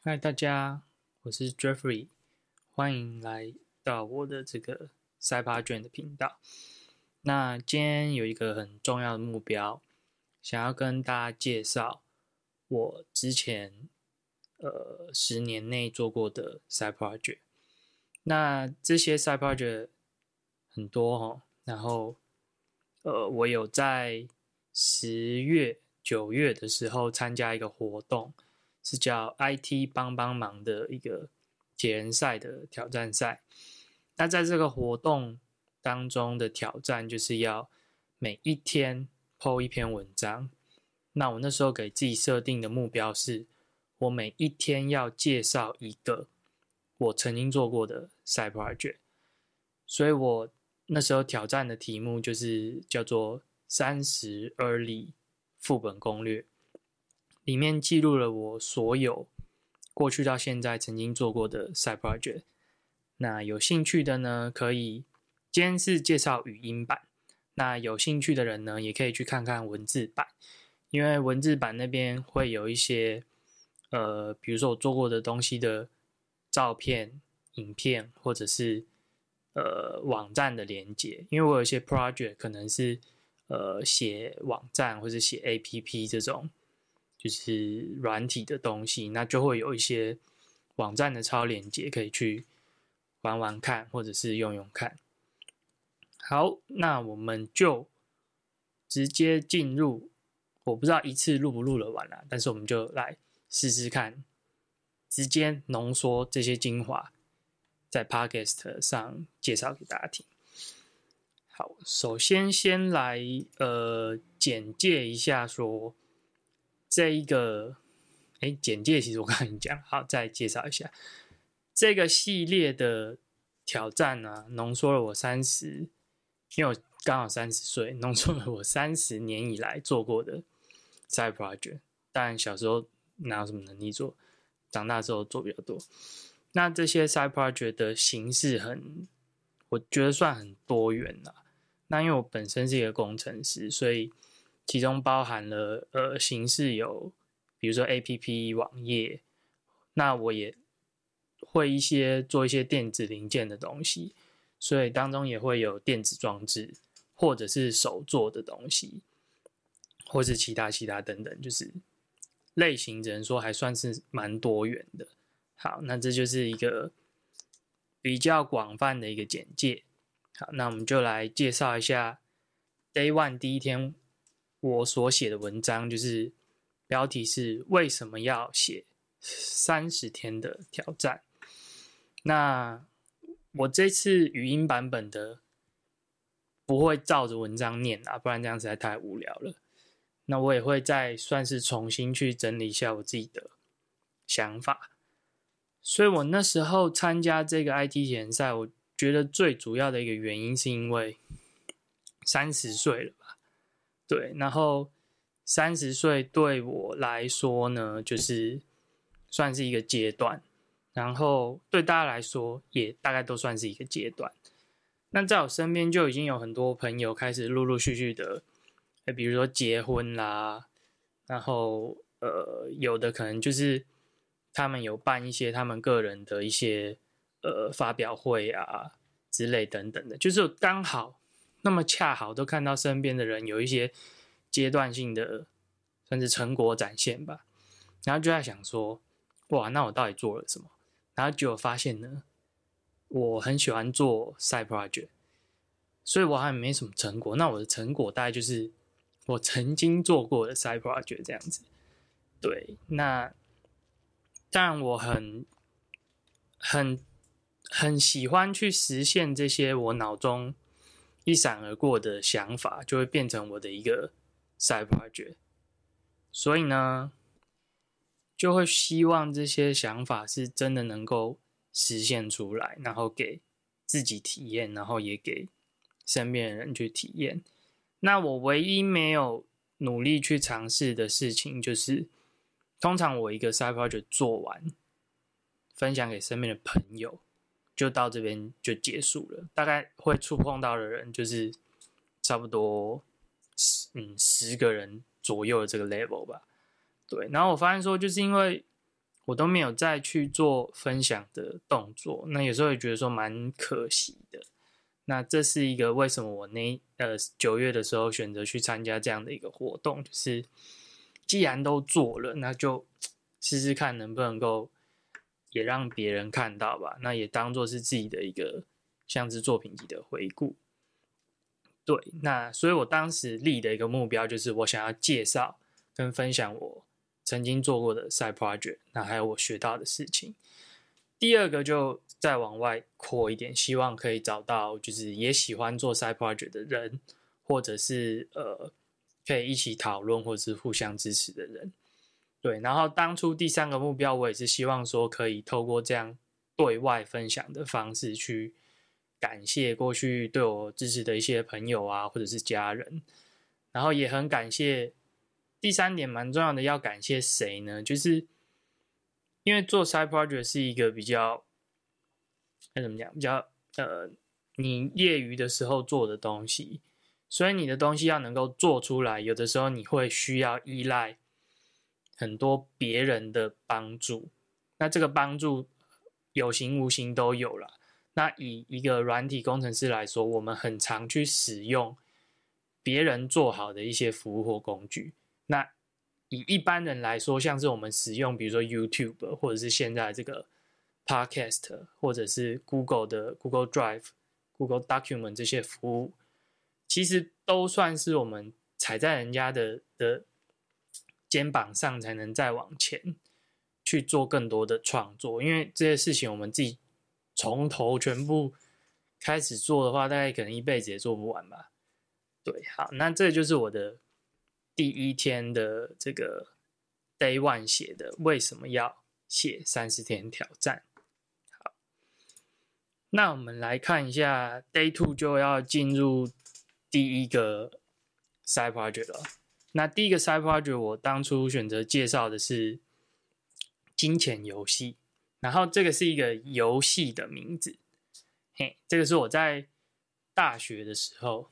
嗨，大家，我是 Jeffrey，欢迎来到我的这个赛趴卷的频道。那今天有一个很重要的目标，想要跟大家介绍我之前10年内做过的 side project。那这些 side project 很多哦，然后我有在10月、9月的时候参加一个活动。是叫 IT 帮帮忙的一个铁人赛的挑战赛。那在这个活动当中的挑战就是要每一天 po 一篇文章。那我那时候给自己设定的目标是，我每一天要介绍一个我曾经做过的 side project。所以我那时候挑战的题目就是叫做30 early 副本攻略。里面记录了我所有过去到现在曾经做过的 side project。那有兴趣的呢，可以今天是介绍语音版，那有兴趣的人呢，也可以去看看文字版，因为文字版那边会有一些比如说我做过的东西的照片、影片，或者是网站的连结。因为我有一些 project 可能是写网站或者写 APP 这种。就是软体的东西，那就会有一些网站的超连结可以去玩玩看，或者是用用看。好，那我们就直接进入，我不知道一次录不录得完啦，但是我们就来试试看，直接浓缩这些精华，在 Podcast 上介绍给大家听。好，首先来简介一下说。这一个简介其实我刚才已经讲了，好，再介绍一下这个系列的挑战啊，浓缩了我因为我刚好30岁，浓缩了我30年以来做过的 side project。当然小时候哪有什么能力做，长大之后做比较多。那这些 side project 的形式我觉得算很多元啦。那因为我本身是一个工程师，所以其中包含了形式有，比如说 APP 网页，那我也会做一些电子零件的东西，所以当中也会有电子装置，或者是手做的东西，或是其他等等，就是类型只能说还算是蛮多元的。好，那这就是一个比较广泛的一个简介。好，那我们就来介绍一下 Day 1第一天我所写的文章，就是标题是为什么要写30天的挑战。那我这次语音版本的不会照着文章念啦，不然这样实在太无聊了。那我也会再算是重新去整理一下我自己的想法。所以我那时候参加这个 IT 铁人赛，我觉得最主要的一个原因是因为30岁了吧。对，然后30岁对我来说呢，就是算是一个阶段，然后对大家来说也大概都算是一个阶段。那在我身边就已经有很多朋友开始陆陆续续的，比如说结婚啦，然后有的可能就是他们有办一些他们个人的一些发表会啊之类等等的，就是刚好那么恰好都看到身边的人有一些阶段性的算是成果展现吧，然后就在想说，哇，那我到底做了什么？然后结果发现呢，我很喜欢做 side project， 所以我还没什么成果。那我的成果大概就是我曾经做过的 side project 这样子。对，那当然我很喜欢去实现这些我脑中一闪而过的想法，就会变成我的一个 side project。所以呢，就会希望这些想法是真的能够实现出来，然后给自己体验，然后也给身边的人去体验。那我唯一没有努力去尝试的事情，就是通常我一个 side project 做完，分享给身边的朋友，就到这边就结束了。大概会触碰到的人，就是差不多10个人左右的这个 level 吧。对，然后我发现说，就是因为我都没有再去做分享的动作，那有时候也觉得说蛮可惜的。那这是一个为什么我9月的时候选择去参加这样的一个活动，就是既然都做了，那就试试看能不能够也让别人看到吧，那也当作是自己的一个像是作品集的回顾。对，那所以我当时立的一个目标就是我想要介绍跟分享我曾经做过的 side project， 那还有我学到的事情。第二个就再往外扩一点，希望可以找到就是也喜欢做 side project 的人，或者是可以一起讨论或者是互相支持的人。对，然后当初第3个目标我也是希望说可以透过这样对外分享的方式去感谢过去对我支持的一些朋友啊，或者是家人。然后也很感谢第3点蛮重要的，要感谢谁呢？就是因为做 side project 是一个比较怎么讲，比较你业余的时候做的东西，所以你的东西要能够做出来，有的时候你会需要依赖很多别人的帮助。那这个帮助有形无形都有啦。那以一个软体工程师来说，我们很常去使用别人做好的一些服务或工具。那以一般人来说，像是我们使用比如说 YouTube 或者是现在这个 Podcast 或者是 Google 的 Google Drive、Google Document 这些服务，其实都算是我们踩在人家的肩膀上才能再往前去做更多的创作。因为这些事情我们自己从头全部开始做的话，大概可能一辈子也做不完吧。对，好，那这就是我的第1天的这个 Day 1写的为什么要写30天挑战。好，那我们来看一下 Day 2就要进入第1个 side project 了。那第1个 side project 我当初选择介绍的是金钱游戏，然后这个是一个游戏的名字。嘿，这个是我在大学的时候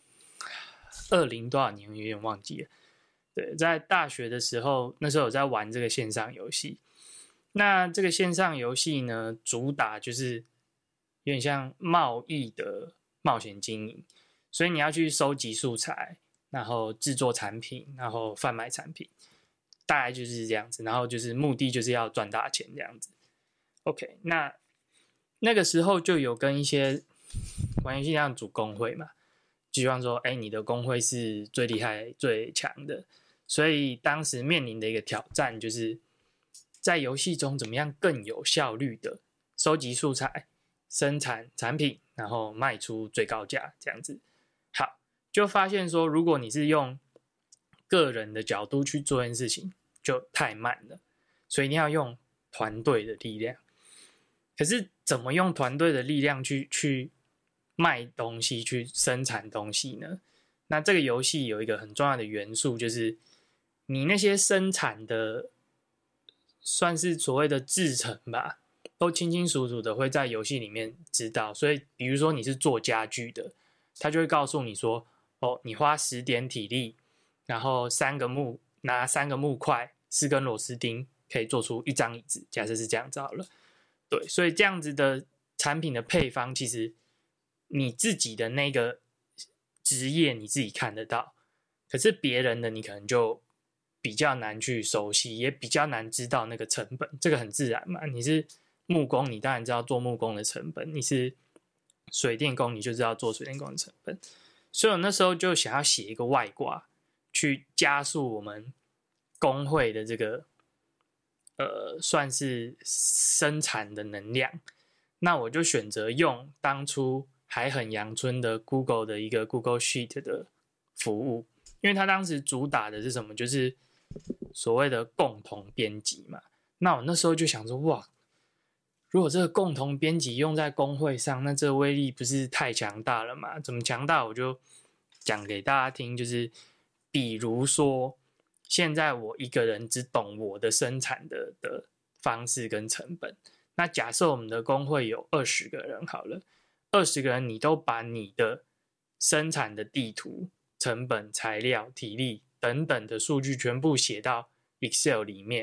，20多少年我有点忘记了。对，在大学的时候，那时候有在玩这个线上游戏。那这个线上游戏呢，主打就是有点像贸易的冒险经营，所以你要去收集素材，然后制作产品，然后贩卖产品，大概就是这样子。然后就是目的就是要赚大钱这样子。OK， 那个时候就有跟一些玩游戏这样组工会嘛，希望说，你的工会是最厉害、最强的。所以当时面临的一个挑战，就是在游戏中怎么样更有效率的收集素材、生产产品，然后卖出最高价这样子。好，就发现说，如果你是用个人的角度去做这件事情，就太慢了，所以一定要用团队的力量。可是怎么用团队的力量去卖东西、去生产东西呢？那这个游戏有一个很重要的元素，就是你那些生产的算是所谓的制程吧，都清清楚楚的会在游戏里面知道。所以比如说你是做家具的，他就会告诉你说，你花10点体力，然后拿3个木块、4根螺丝钉，可以做出1张椅子，假设是这样子好了。对，所以这样子的产品的配方，其实你自己的那个职业你自己看得到，可是别人的你可能就比较难去熟悉，也比较难知道那个成本。这个很自然嘛，你是木工，你当然知道做木工的成本；你是水电工，你就知道做水电工的成本。所以我那时候就想要写一个外挂，去加速我们工会的这个算是生产的能量。那我就选择用当初还很阳春的 Google 的一个 Google Sheet 的服务，因为它当时主打的是什么，就是所谓的共同编辑嘛。那我那时候就想说，哇，如果这个共同编辑用在工会上，那这个威力不是太强大了嘛？怎么强大？我就讲给大家听，就是比如说现在我一个人只懂我的生产的方式跟成本，那假设我们的工会有20个人好了，20个人你都把你的生产的地图、成本、材料、体力等等的数据全部写到 Excel 里面，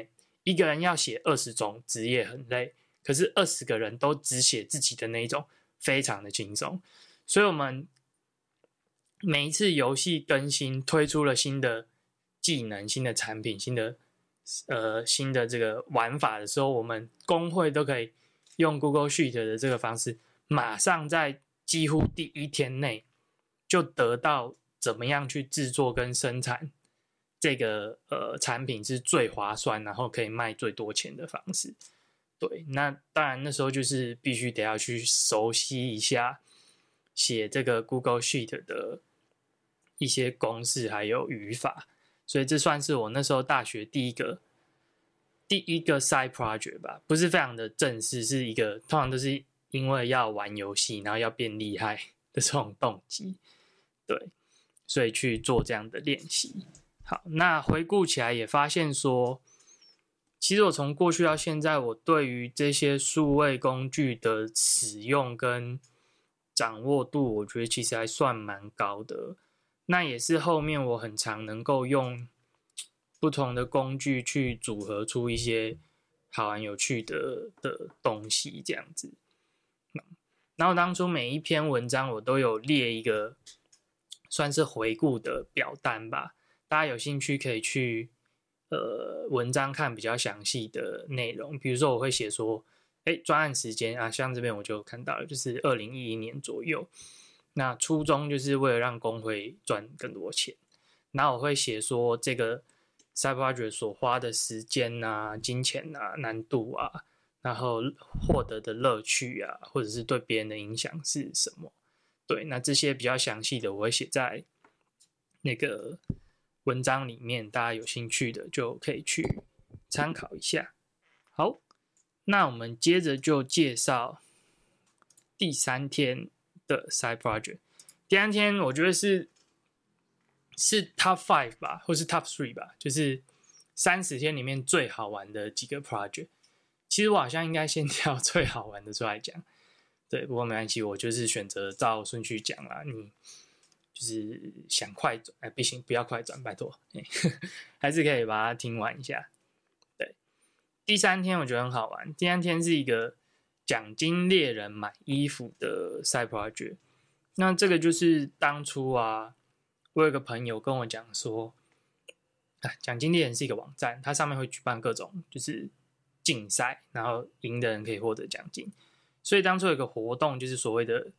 一个人要写20种职业很累，可是20个人都只写自己的那一种，非常的轻松。所以我们每一次游戏更新推出了新的技能、新的产品、新的这个玩法的时候，我们工会都可以用 Google Sheet 的这个方式，马上在几乎第一天内就得到怎么样去制作跟生产这个产品是最划算，然后可以卖最多钱的方式。对，那当然那时候就是必须得要去熟悉一下写这个 Google Sheet 的一些公式还有语法，所以这算是我那时候大学第一个 side project 吧，不是非常的正式，是一个通常都是因为要玩游戏，然后要变厉害的这种动机，对，所以去做这样的练习。好，那回顾起来也发现说，其实我从过去到现在，我对于这些数位工具的使用跟掌握度，我觉得其实还算蛮高的。那也是后面我很常能够用不同的工具去组合出一些好玩有趣的东西，这样子。然后当初每一篇文章我都有列一个算是回顾的表单吧，大家有兴趣可以去文章看比较详细的内容。比如说我会写说，专案时间啊，像这边我就看到了，就是2011年左右。那初衷就是为了让工会赚更多钱，然后我会写说这个 side project 所花的时间啊、金钱啊、难度啊，然后获得的乐趣啊，或者是对别人的影响是什么。对，那这些比较详细的我会写在那个文章里面，大家有兴趣的就可以去参考一下。好，那我们接着就介绍第3天的 side project。第3天我觉得是 top 5吧，或是 top 3吧，就是30天里面最好玩的几个 project。其实我好像应该先挑最好玩的出来讲，对，不过没关系，我就是选择照顺序讲啦。你就是想快转，不行，不要快转，拜托，还是可以把它听完一下。对，第3天我觉得很好玩。第3天是一个奖金猎人买衣服的 side project。那这个就是当初啊，我有个朋友跟我讲说，奖金猎人是一个网站，它上面会举办各种就是竞赛，然后赢的人可以获得奖金。所以当初有一个活动，就是所谓的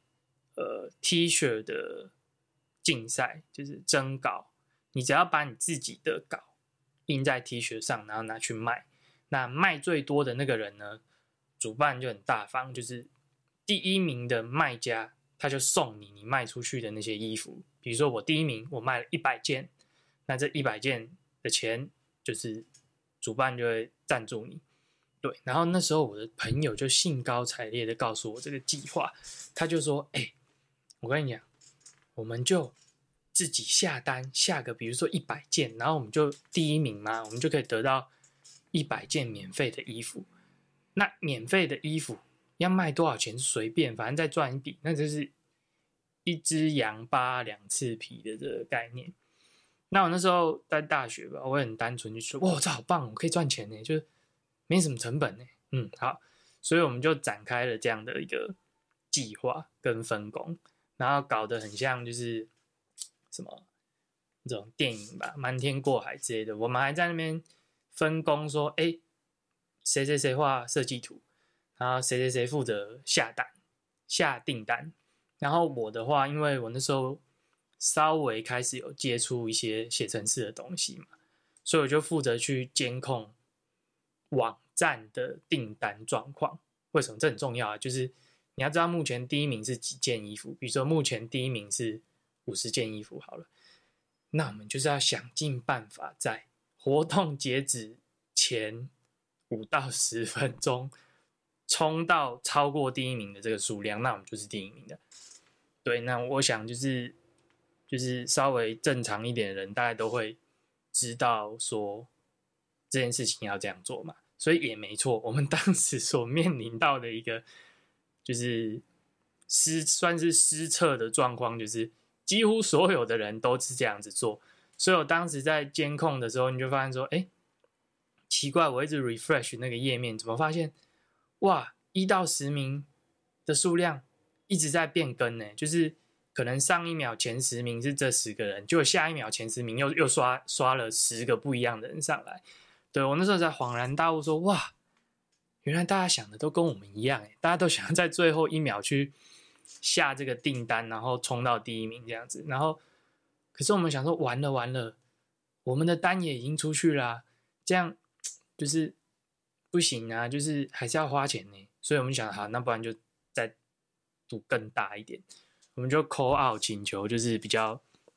T 恤的竞赛，就是征稿。你只要把你自己的稿印在 T 恤上，然后拿去卖。那卖最多的那个人呢，主办就很大方，就是第1名的卖家，他就送你卖出去的那些衣服。比如说我第1名，我卖了100件，那这100件的钱就是主办就会赞助你。对，然后那时候我的朋友就兴高采烈的告诉我这个计划，他就说：“我跟你讲，我们就自己下单下个，比如说100件，然后我们就第1名嘛，我们就可以得到100件免费的衣服。那免费的衣服要卖多少钱随便，反正再赚一笔，那就是一只羊扒2次皮的这个概念。那我那时候在大学吧，我也很单纯就说，哇，这好棒，我可以赚钱呢，就是没什么成本呢。好，所以我们就展开了这样的一个计划跟分工，然后搞得很像就是什么这种电影吧，瞒天过海之类的。我们还在那边分工说，谁谁谁画设计图，然后谁谁谁负责下订单。然后我的话，因为我那时候稍微开始有接触一些写程式的东西嘛，所以我就负责去监控网站的订单状况。为什么这很重要啊？就是你要知道目前第1名是几件衣服，比如说目前第1名是50件衣服好了，那我们就是要想尽办法在活动截止前5到10分钟冲到超过第1名的这个数量，那我们就是第1名的。对，那我想就是稍微正常一点的人，大概都会知道说这件事情要这样做嘛，所以也没错。我们当时所面临到的一个就是算是失策的状况，就是几乎所有的人都是这样子做。所以我当时在监控的时候，你就发现说， 奇怪，我一直 refresh 那个页面，怎么发现哇1到10名的数量一直在变更呢？就是可能上一秒前10名是这10个人，结果下一秒前10名又刷了10个不一样的人上来。对，我那时候才恍然大悟说，哇，原来大家想的都跟我们一样，大家都想要在最后1秒去下这个订单，然后冲到第1名这样子。然后可是我们想说，完了，我们的单也已经出去啦，这样就是不行啊，就是还是要花钱呢。所以我们想，好，那不然就再赌更大一点，我们就 call out 请求，就是比较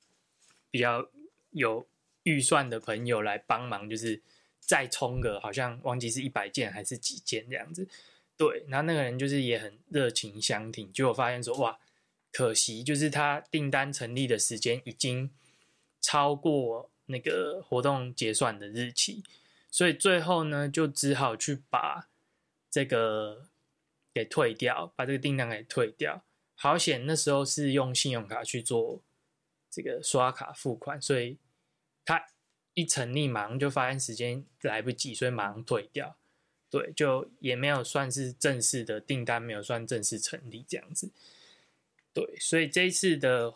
有预算的朋友来帮忙，就是再冲个好像忘记是100件还是几件这样子。对，然后那个人就是也很热情相挺，结果发现说，哇，可惜就是他订单成立的时间已经超过那个活动结算的日期，所以最后呢就只好去把这个给退掉，把这个订单给退掉。好险那时候是用信用卡去做这个刷卡付款，所以他一成立马上就发现时间来不及，所以马上退掉。对，就也没有算是正式的订单，没有算正式成立这样子。对，所以这一次的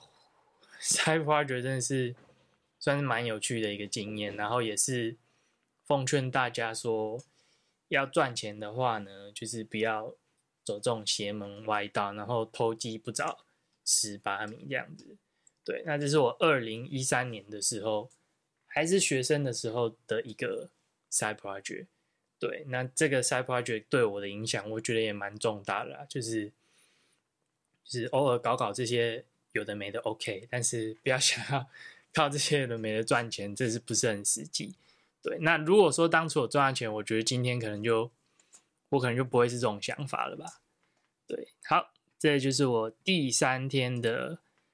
Side Project 真的是算是蛮有趣的一个经验，然后也是奉劝大家说，要赚钱的话呢，就是不要走这种邪门歪道，然后偷鸡不着蚀把米这样子。对，那这是我2013年的时候，还是学生的时候的一个 Side Project。对，那这个 Side Project 对我的影响，我觉得也蛮重大的啦，就是偶尔搞这些有的没的 OK， 但是不要想要靠这些有的没的赚钱，这是不是很实际？对，那如果说当初我赚到钱，我觉得今天我可能就不会是这种想法了吧？对，好，这就是我第3天的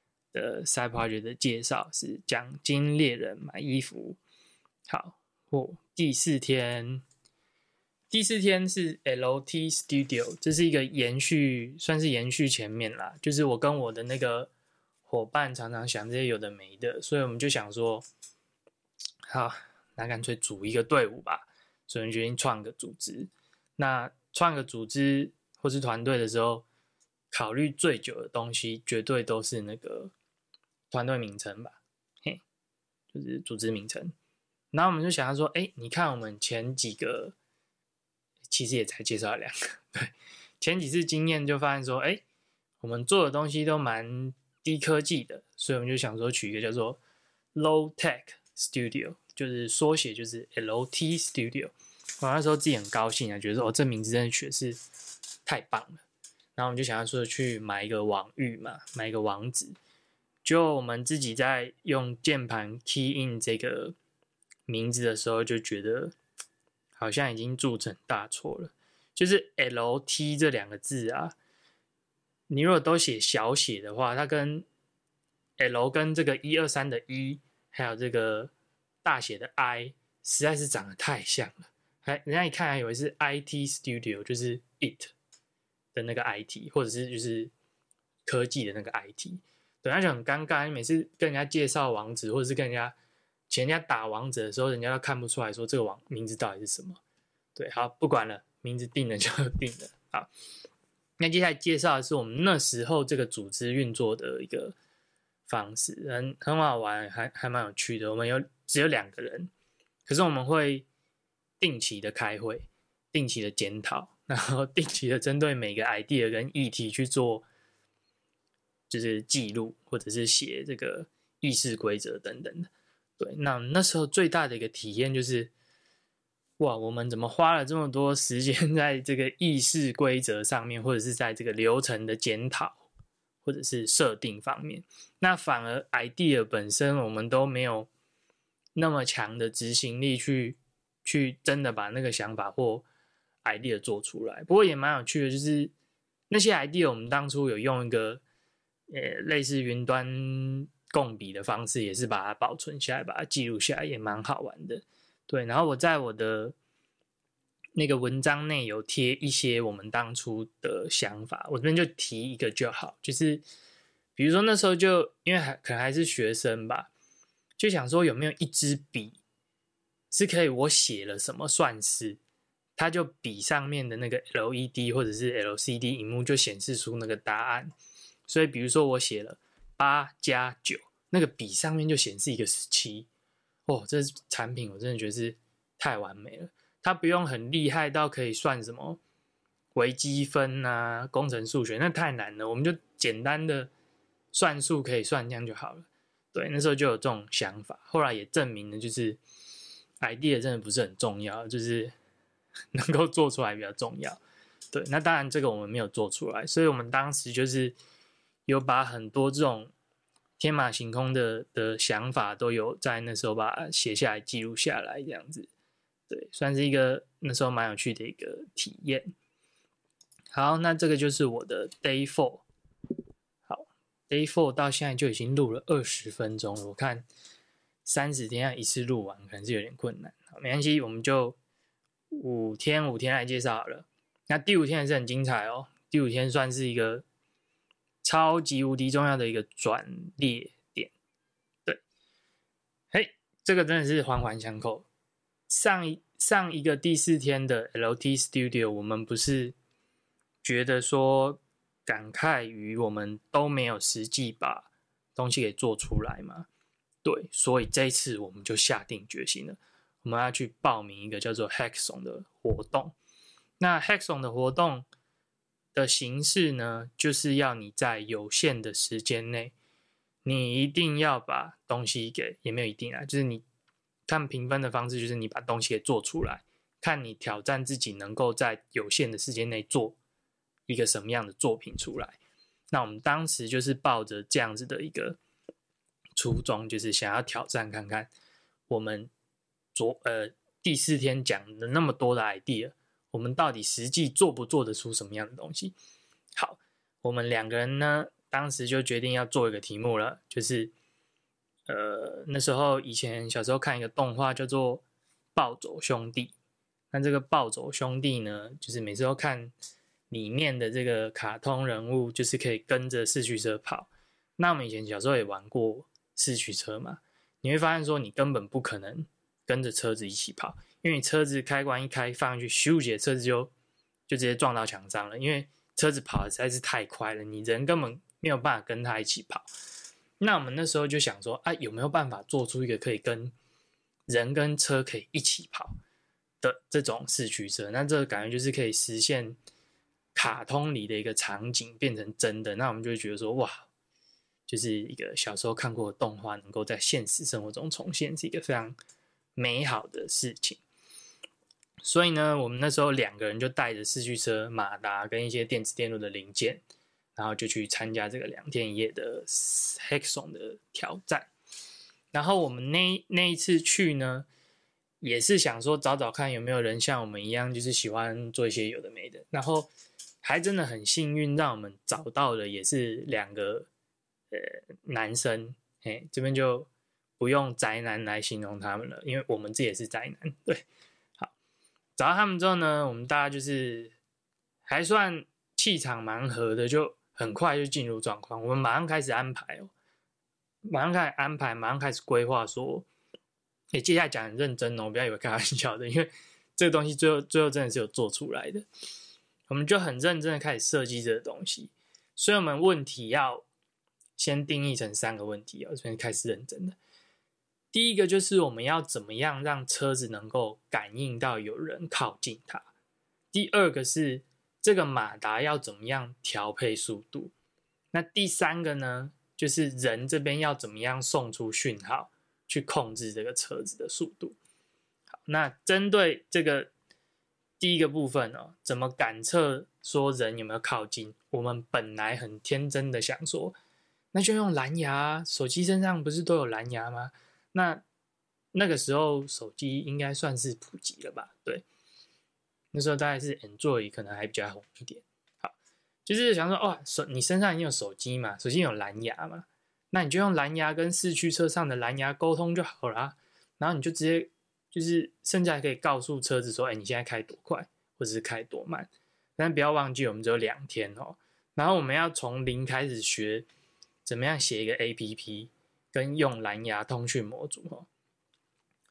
Side Project 的介绍，是奖金猎人买衣服。好，第4天是 LT Studio， 这是一个算是延续前面啦，就是我跟我的那个伙伴常常想这些有的没的，所以我们就想说，好，那干脆组一个队伍吧，所以我们决定创个组织。那创个组织或是团队的时候，考虑最久的东西绝对都是那个团队名称吧，嘿，就是组织名称。然后我们就想要说，你看我们前几个，其实也才介绍了2个，对，前几次经验就发现说，我们做的东西都蛮低科技的，所以我们就想说取一个叫做 Low Tech Studio， 就是缩写就是 LT Studio。我那时候自己很高兴啊，觉得说这名字真的取的是太棒了。然后我们就想要说去买一个网域嘛，买一个网址。就我们自己在用键盘 key in 这个名字的时候，就觉得好像已经铸成大错了。就是 LT 这2个字啊，你如果都写小写的话，它跟 L 跟这个123的1，还有这个大写的 I， 实在是长得太像了。人家一看还以为是 IT Studio， 就是 IT 的那个 IT， 或者是就是科技的那个 IT。对，那就很尴尬。你每次跟人家介绍网址，或者是跟人家打网址的时候，人家都看不出来说这个名字到底是什么。对，好，不管了，名字定了就定了。好，那接下来介绍的是我们那时候这个组织运作的一个方式，很好玩，还蛮有趣的。我们只有2个人，可是我们会定期的开会，定期的检讨，然后定期的针对每个 idea 跟议题去做，就是记录或者是写这个议事规则等等的。对，那时候最大的一个体验就是，哇，我们怎么花了这么多时间在这个议事规则上面，或者是在这个流程的检讨或者是设定方面，那反而 idea 本身我们都没有那么强的执行力去真的把那个想法或 idea 做出来。不过也蛮有趣的，就是那些 idea 我们当初有用一个类似云端共笔的方式，也是把它保存下来，把它记录下来，也蛮好玩的。对，然后我在我的那个文章内有贴一些我们当初的想法，我这边就提一个就好，就是比如说那时候就因为可能还是学生吧，就想说有没有一支笔是可以我写了什么算式，它就笔上面的那个 LED 或者是 LCD 萤幕就显示出那个答案。所以比如说我写了8加9，那个笔上面就显示一个17。这产品我真的觉得是太完美了，它不用很厉害到可以算什么微积分啊、工程数学，那太难了，我们就简单的算术可以算这样就好了。对，那时候就有这种想法，后来也证明了，就是 idea 真的不是很重要，就是能够做出来比较重要。对，那当然这个我们没有做出来，所以我们当时就是有把很多这种天马行空的想法都有在那时候把它写下来记录下来，这样子。对，算是一个那时候蛮有趣的一个体验。好，那这个就是我的 Day 4。好 ，Day 4到现在就已经录了20分钟了。我看30天要一次录完，可能是有点困难。好，没关系，我们就5天来介绍好了。那第5天还是很精彩哦。第5天算是一个超级无敌重要的一个转捩点。对，这个真的是环环相扣。上一个第4天的 LT Studio， 我们不是觉得说感慨于我们都没有实际把东西给做出来嘛？对，所以这一次我们就下定决心了，我们要去报名一个叫做 Hackathon 的活动。那 Hackathon 的活动的形式呢，就是要你在有限的时间内，你一定要把东西给，也没有一定啊，就是你看评分的方式，就是你把东西给做出来，看你挑战自己能够在有限的时间内做一个什么样的作品出来。那我们当时就是抱着这样子的一个初衷，就是想要挑战看看我们第4天讲的那么多的 idea， 我们到底实际做不做得出什么样的东西。好，我们2个人呢当时就决定要做一个题目了，就是那时候以前小时候看一个动画叫做暴走兄弟。那这个暴走兄弟呢，就是每次都看里面的这个卡通人物，就是可以跟着四驱车跑。那我们以前小时候也玩过四驱车嘛，你会发现说你根本不可能跟着车子一起跑，因为你车子开关一开放上去，咻，车子就直接撞到墙上了，因为车子跑的实在是太快了，你人根本没有办法跟他一起跑。那我们那时候就想说，有没有办法做出一个可以跟人跟车可以一起跑的这种四驱车？那这个感觉就是可以实现卡通里的一个场景变成真的。那我们就会觉得说，哇，就是一个小时候看过的动画能够在现实生活中重现，是一个非常美好的事情。所以呢，我们那时候2个人就带着四驱车、马达跟一些电子电路的零件，然后就去参加这个2天1夜的 Hackathon 的挑战。然后我们那一次去呢，也是想说找找看有没有人像我们一样，就是喜欢做一些有的没的。然后还真的很幸运，让我们找到的也是2个男生。这边就不用宅男来形容他们了，因为我们自己也是宅男。对，好，找到他们之后呢，我们大家就是还算气场蛮合的，就很快就进入状况。我们马上开始安排马上开始规划说，接下来讲很认真哦，不要以为开玩笑的，因为这个东西最后真的是有做出来的。我们就很认真的开始设计这个东西，所以我们问题要先定义成3个问题哦，这边开始认真的。第一个就是我们要怎么样让车子能够感应到有人靠近它。第2个是这个马达要怎么样调配速度。那第3个呢，就是人这边要怎么样送出讯号去控制这个车子的速度。好，那针对这个第一个部分怎么感测说人有没有靠近，我们本来很天真的想说，那就用蓝牙，手机身上不是都有蓝牙吗？那个时候手机应该算是普及了吧？对，那时候大概是 Android 可能还比较红一点。好，就是想说，你身上已经有手机嘛，手机有蓝牙嘛，那你就用蓝牙跟四驱车上的蓝牙沟通就好啦。然后你就直接就是剩下可以告诉车子说，你现在开多快，或者是开多慢。但不要忘记，我们只有2天哦。然后我们要从零开始学怎么样写一个 APP，跟用蓝牙通讯模组哦。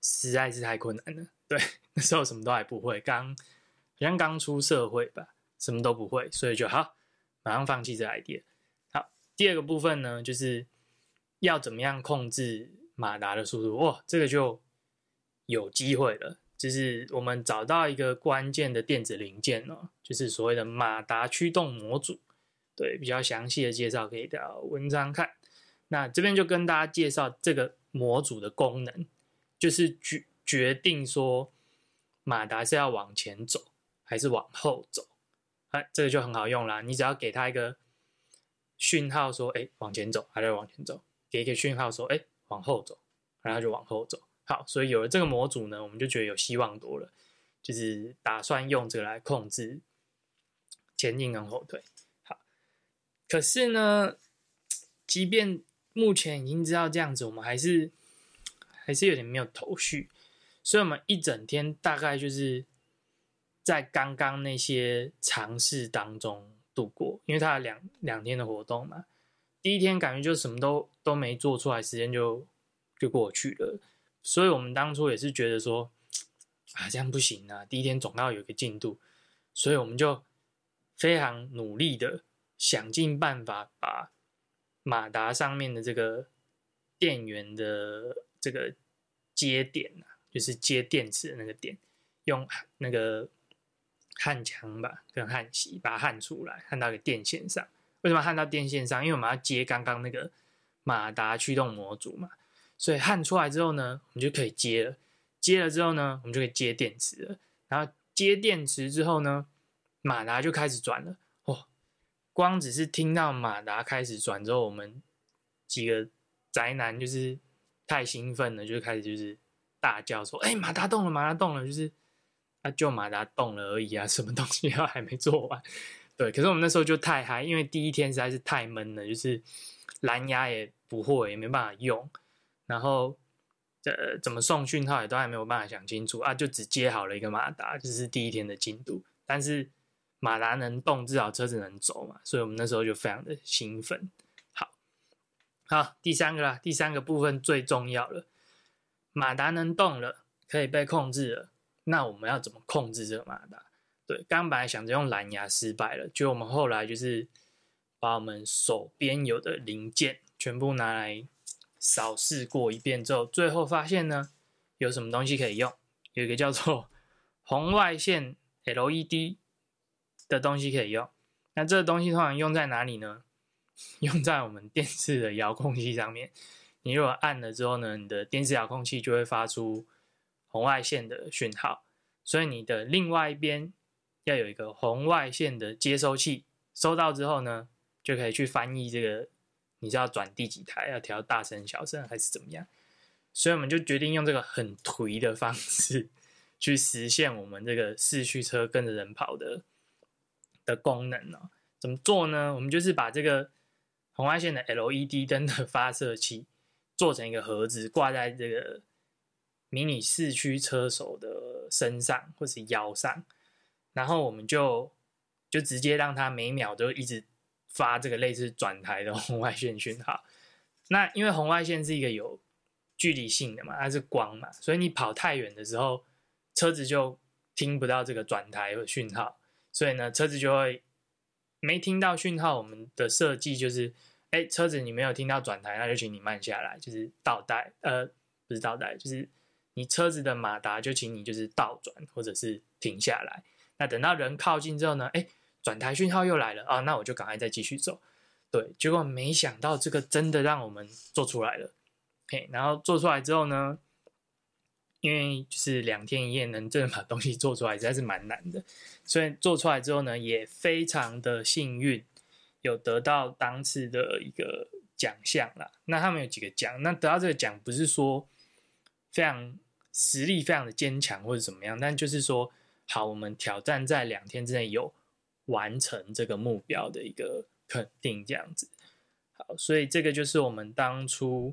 实在是太困难了。对，那时候什么都还不会，好像刚出社会吧，什么都不会，所以就好，马上放弃这 idea。好，第二个部分呢，就是要怎么样控制马达的速度。哇，这个就有机会了，就是我们找到一个关键的电子零件哦，就是所谓的马达驱动模组。对，比较详细的介绍可以到文章看。那这边就跟大家介绍这个模组的功能，就是决定说马达是要往前走还是往后走。这个就很好用啦，你只要给它一个讯号说，往前走，它就往前走；给一个讯号说，往后走，然后它就往后走。好，所以有了这个模组呢，我们就觉得有希望多了，就是打算用这个来控制前进跟后退。好，可是呢，即便目前已经知道这样子，我们还是有点没有头绪，所以我们一整天大概就是在刚刚那些尝试当中度过，因为它有两天的活动嘛。第一天感觉就什么都没做出来，时间就过去了。所以我们当初也是觉得说，这样不行啊，第一天总要有一个进度，所以我们就非常努力的想尽办法把马达上面的这个电源的这个接点就是接电池的那个点，用那个焊枪吧跟焊锡把它焊出来，焊到一个电线上。为什么焊到电线上？因为我们要接刚刚那个马达驱动模组嘛，所以焊出来之后呢，我们就可以接了。接了之后呢，我们就可以接电池了。然后接电池之后呢，马达就开始转了。光只是听到马达开始转之后，我们几个宅男就是太兴奋了，就开始就是大叫说：“马达动了，马达动了！”就是就马达动了而已啊，什么东西还没做完。对，可是我们那时候就太嗨，因为第一天实在是太闷了，就是蓝牙也不会，也没办法用，然后怎么送讯号也都还没有办法想清楚就只接好了一个马达，就是第一天的进度。但是马达能动，至少车子能走嘛，所以我们那时候就非常的兴奋。好，第三个部分最重要了，马达能动了，可以被控制了，那我们要怎么控制这个马达？对，刚本来想着用蓝牙失败了，就我们后来就是把我们手边有的零件全部拿来扫视过一遍之后，最后发现呢，有什么东西可以用？有一个叫做红外线 LED 的东西可以用。那这个东西通常用在哪里呢？用在我们电视的遥控器上面。你如果按了之后呢，你的电视遥控器就会发出红外线的讯号，所以你的另外一边要有一个红外线的接收器，收到之后呢，就可以去翻译这个你是要转第几台，要调大声小声还是怎么样。所以我们就决定用这个很颓的方式去实现我们这个四驱车跟着人跑的功能怎么做呢？我们就是把这个红外线的 LED 灯的发射器做成一个盒子，挂在这个迷你四驱车手的身上或是腰上，然后我们就直接让它每秒都一直发这个类似转台的红外线讯号。那因为红外线是一个有距离性的嘛，它是光嘛，所以你跑太远的时候，车子就听不到这个转台的讯号，所以呢，车子就会没听到讯号。我们的设计就是，车子你没有听到转台，那就请你慢下来，就是倒带，不是倒带，就是你车子的马达就请你就是倒转或者是停下来。那等到人靠近之后呢，转台讯号又来了那我就赶快再继续走。对，结果没想到这个真的让我们做出来了。然后做出来之后呢，因为就是2天1夜能真的把东西做出来实在是蛮难的，所以做出来之后呢，也非常的幸运，有得到当次的一个奖项啦。那他们有几个奖，那得到这个奖不是说非常实力非常的坚强或者怎么样，但就是说好，我们挑战在2天之内有完成这个目标的一个肯定，这样子。好，所以这个就是我们当初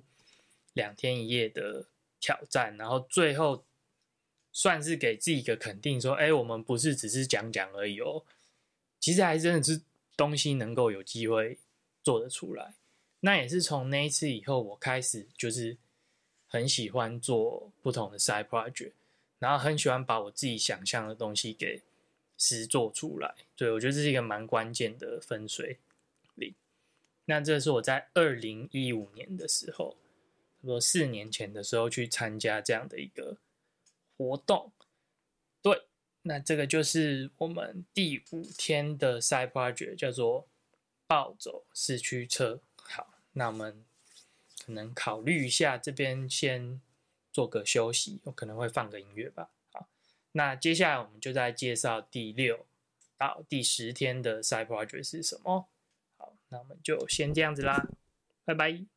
2天1夜的挑战，然后最后算是给自己一个肯定，说，我们不是只是讲讲而已其实还真的是东西能够有机会做得出来。那也是从那一次以后，我开始就是很喜欢做不同的 side project， 然后很喜欢把我自己想象的东西给实做出来。对，我觉得这是一个蛮关键的分水岭。那这是我在2015年的时候，差不多4年前的时候去参加这样的一个活动。对，那这个就是我们第5天的 side project， 叫做暴走四驱车。好，那我们可能考虑一下，这边先做个休息，我可能会放个音乐吧。好，那接下来我们就再介绍第6到第10天的 side project 是什么。好，那我们就先这样子啦，拜拜。